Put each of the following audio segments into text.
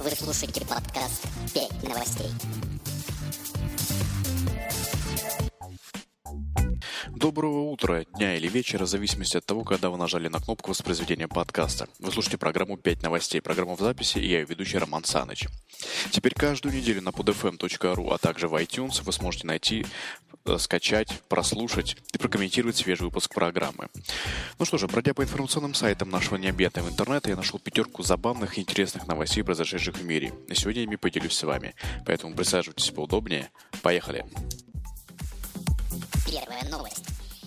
Вы слушаете подкаст «5 новостей». Доброго утра, дня или вечера, в зависимости от того, когда вы нажали на кнопку воспроизведения подкаста. Вы слушаете программу «5 новостей», программу в записи, и я ее ведущий Роман Саныч. Теперь каждую неделю на podfm.ru, а также в iTunes вы сможете найти, скачать, прослушать и прокомментировать свежий выпуск программы. Ну что же, пройдя по информационным сайтам нашего необъятного интернета, я нашел 5 забавных и интересных новостей, произошедших в мире. И сегодня я ими поделюсь с вами. Поэтому присаживайтесь поудобнее. Поехали! Первая новость.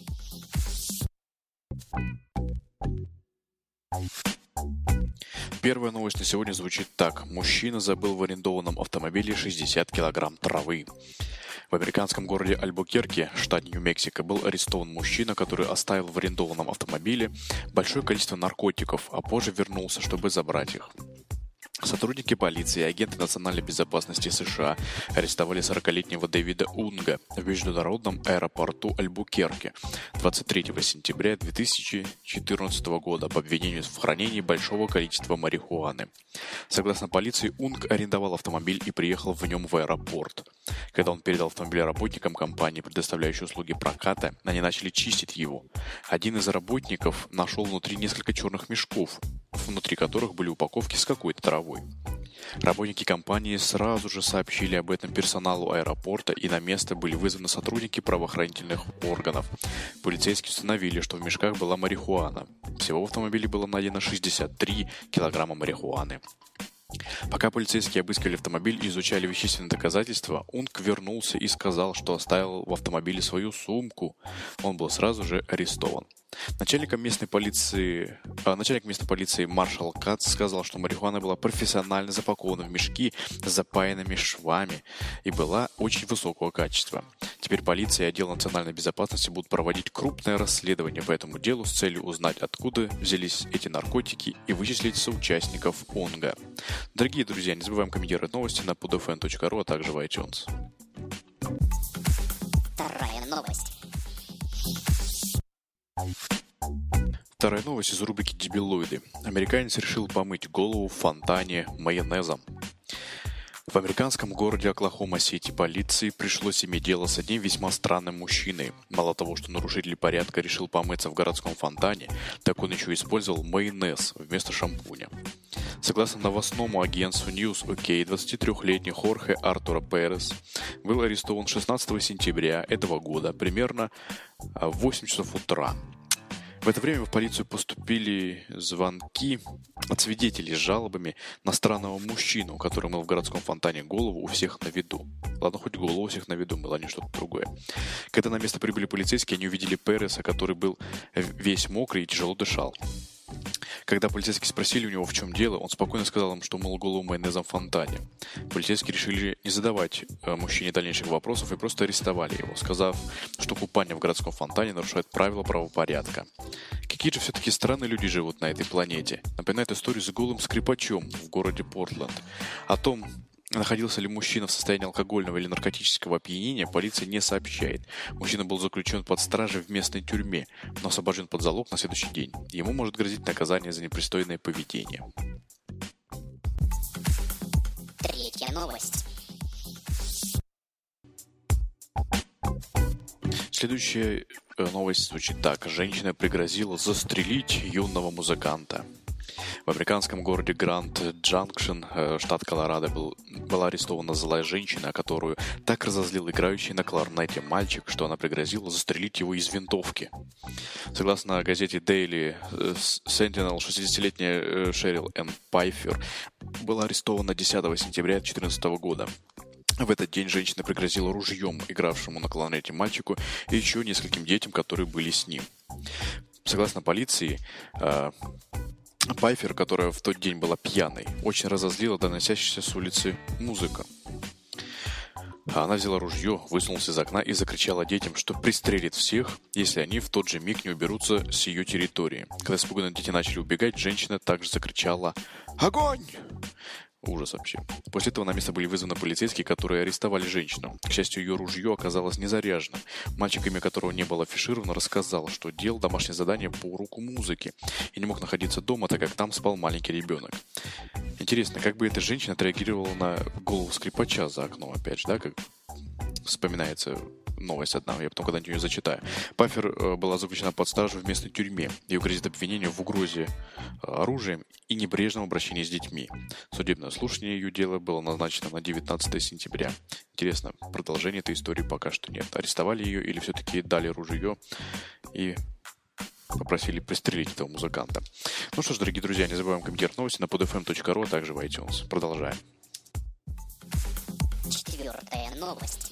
Первая новость на сегодня звучит так. Мужчина забыл в арендованном автомобиле 60 килограмм травы. В американском городе Альбукерке, штат Нью-Мексико, был арестован мужчина, который оставил в арендованном автомобиле большое количество наркотиков, а позже вернулся, чтобы забрать их. Сотрудники полиции и агенты национальной безопасности США арестовали 40-летнего Дэвида Унга в международном аэропорту Альбукерке 23 сентября 2014 года по обвинению в хранении большого количества марихуаны. Согласно полиции, Унг арендовал автомобиль и приехал в нем в аэропорт. Когда он передал автомобиль работникам компании, предоставляющей услуги проката, они начали чистить его. Один из работников нашел внутри несколько черных мешков, внутри которых были упаковки с какой-то травой. Работники компании сразу же сообщили об этом персоналу аэропорта, и на место были вызваны сотрудники правоохранительных органов. Полицейские установили, что в мешках была марихуана. Всего в автомобиле было найдено 63 килограмма марихуаны. Пока полицейские обыскивали автомобиль и изучали вещественные доказательства, Унг вернулся и сказал, что оставил в автомобиле свою сумку. Он был сразу же арестован. Начальник местной полиции маршал Кац сказал, что марихуана была профессионально запакована в мешки с запаянными швами и была очень высокого качества. Теперь полиция и отдел национальной безопасности будут проводить крупное расследование по этому делу с целью узнать, откуда взялись эти наркотики и вычислить соучастников Унга. Дорогие друзья, не забываем комментировать новости на podfm.ru, а также в iTunes. Вторая новость. Вторая новость из рубрики «Дебилоиды». Американец решил помыть голову в фонтане майонезом. В американском городе Оклахома-Сити полиции пришлось иметь дело с одним весьма странным мужчиной. Мало того, что нарушитель порядка решил помыться в городском фонтане, так он еще использовал майонез вместо шампуня. Согласно новостному агентству News UK, 23-летний Хорхе Артуро Перес был арестован 16 сентября этого года, примерно в 8 часов утра. В это время в полицию поступили звонки от свидетелей с жалобами на странного мужчину, который мыл в городском фонтане голову у всех на виду. Ладно, хоть голову у всех на виду мыл, а не что-то другое. Когда на место прибыли полицейские, они увидели Переса, который был весь мокрый и тяжело дышал. Когда полицейские спросили у него, в чем дело, он спокойно сказал им, что мыл голову майонезом в фонтане. Полицейские решили не задавать мужчине дальнейших вопросов и просто арестовали его, сказав, что купание в городском фонтане нарушает правила правопорядка. Какие же все-таки странные люди живут на этой планете? Напоминает историю с голым скрипачом в городе Портленд. О том, находился ли мужчина в состоянии алкогольного или наркотического опьянения, полиция не сообщает. Мужчина был заключен под стражей в местной тюрьме, но освобожден под залог на следующий день. Ему может грозить наказание за непристойное поведение. Третья новость. Следующая новость звучит так. Женщина пригрозила застрелить юного музыканта. В американском городе Гранд-Джанкшн, штат Колорадо, была арестована злая женщина, которую так разозлил играющий на кларнете мальчик, что она пригрозила застрелить его из винтовки. Согласно газете Daily Sentinel, 60-летняя Шерил Энн Пайфер была арестована 10 сентября 2014 года. В этот день женщина пригрозила ружьем игравшему на кларнете мальчику и еще нескольким детям, которые были с ним. Согласно полиции, Пайфер, которая в тот день была пьяной, очень разозлила доносящаяся с улицы музыка. Она взяла ружье, высунулась из окна и закричала детям, что пристрелит всех, если они в тот же миг не уберутся с ее территории. Когда испуганные дети начали убегать, женщина также закричала «Огонь!». Ужас вообще. После этого на место были вызваны полицейские, которые арестовали женщину. К счастью, ее ружье оказалось незаряженным. Мальчик, имя которого не было афишировано, рассказал, что делал домашнее задание по уроку музыки и не мог находиться дома, так как там спал маленький ребенок. Интересно, как бы эта женщина отреагировала на голову скрипача за окном, опять же, да, как вспоминается новость одна, я потом когда-нибудь ее зачитаю. Паффер была заключена под стражу в местной тюрьме. Ее грозит обвинение в угрозе оружием и небрежном обращении с детьми. Судебное слушание ее дела было назначено на 19 сентября. Интересно, продолжения этой истории пока что нет. Арестовали ее или все-таки дали ружье и попросили пристрелить этого музыканта. Ну что ж, дорогие друзья, не забываем комментировать новости на podfm.ru, а также в iTunes. Продолжаем. 4-я новость.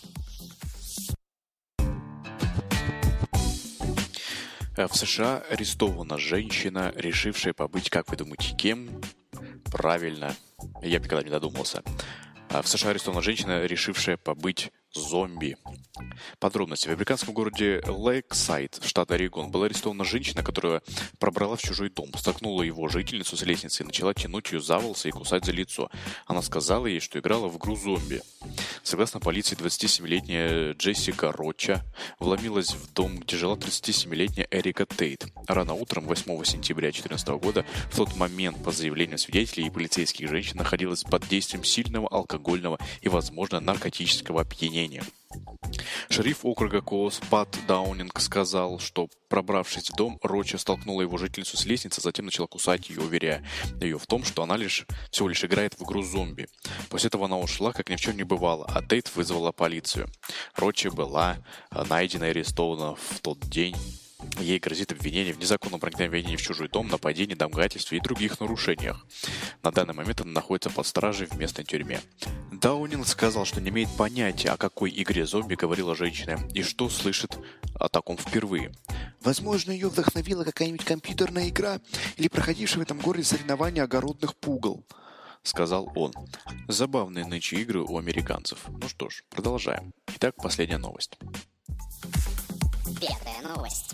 В США арестована женщина, решившая побыть, как вы думаете, кем? Правильно, я бы никогда не додумался. В США арестована женщина, решившая побыть зомби. Подробности. В американском городе Лейксайд, штат Орегон, была арестована женщина, которая пробрала в чужой дом, столкнула его жительницу с лестницы и начала тянуть ее за волосы и кусать за лицо. Она сказала ей, что играла в игру зомби. Согласно полиции, 27-летняя Джессика Роча вломилась в дом, где жила 37-летняя Эрика Тейт. Рано утром 8 сентября 2014 года, в тот момент, по заявлению свидетелей и полицейских, женщина находилась под действием сильного алкогольного и, возможно, наркотического опьянения. Шериф округа Коос Пат Даунинг сказал, что, пробравшись в дом, Роча столкнула его жительницу с лестницы, затем начала кусать ее, уверяя ее в том, что она всего лишь играет в игру зомби. После этого она ушла, как ни в чем не бывало, а Тейт вызвала полицию. Роча была найдена и арестована в тот день. Ей грозит обвинение в незаконном проникновении в чужой дом, нападении, домогательстве и других нарушениях. На данный момент она находится под стражей в местной тюрьме. Даунинг сказал, что не имеет понятия, о какой игре зомби говорила женщина и что слышит о таком впервые. Возможно, ее вдохновила какая-нибудь компьютерная игра или проходившее в этом городе соревнование огородных пугал, сказал он. Забавные нынче игры у американцев. Ну что ж, продолжаем. Итак, последняя новость. 5-я новость.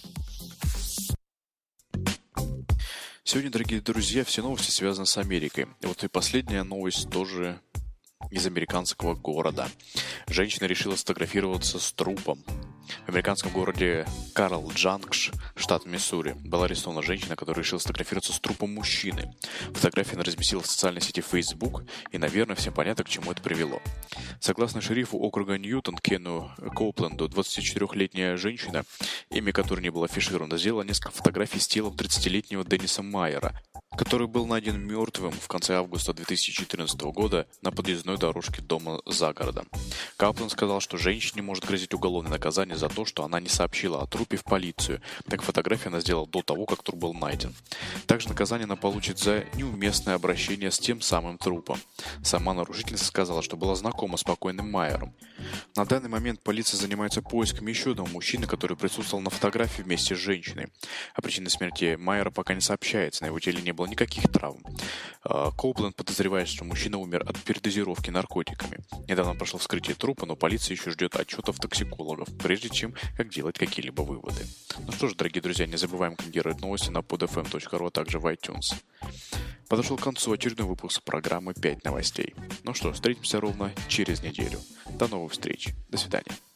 Сегодня, дорогие друзья, все новости связаны с Америкой. И вот и последняя новость тоже из американского города. Женщина решила сфотографироваться с трупом. В американском городе Карл Джанкш, штат Миссури, была арестована женщина, которая решила сфотографироваться с трупом мужчины. Фотографию она разместила в социальной сети Facebook, и, наверное, всем понятно, к чему это привело. Согласно шерифу округа Ньютон Кену Коупленду, 24-летняя женщина, имя которой не было афишировано, сделала несколько фотографий с телом 30-летнего Денниса Майера, который был найден мертвым в конце августа 2014 года на подъездной дорожке дома за городом. Капленд сказал, что женщине может грозить уголовное наказание за то, что она не сообщила о трупе в полицию, так фотографию она сделала до того, как труп был найден. Также наказание она получит за неуместное обращение с тем самым трупом. Сама нарушительница сказала, что была знакома с покойным Майером. На данный момент полиция занимается поиском еще одного мужчины, который присутствовал на фотографии вместе с женщиной. О причине смерти Майера пока не сообщается, на его теле не было никаких травм. Коупленд подозревает, что мужчина умер от передозировки наркотиками. Недавно прошло вскрытие трупа, но полиция еще ждет отчетов токсикологов, прежде чем как делать какие-либо выводы. Ну что ж, дорогие друзья, не забываем комментировать новости на podfm.ru, а также в iTunes. Подошел к концу очередной выпуск программы «5 новостей». Ну что, встретимся ровно через неделю. До новых встреч. До свидания.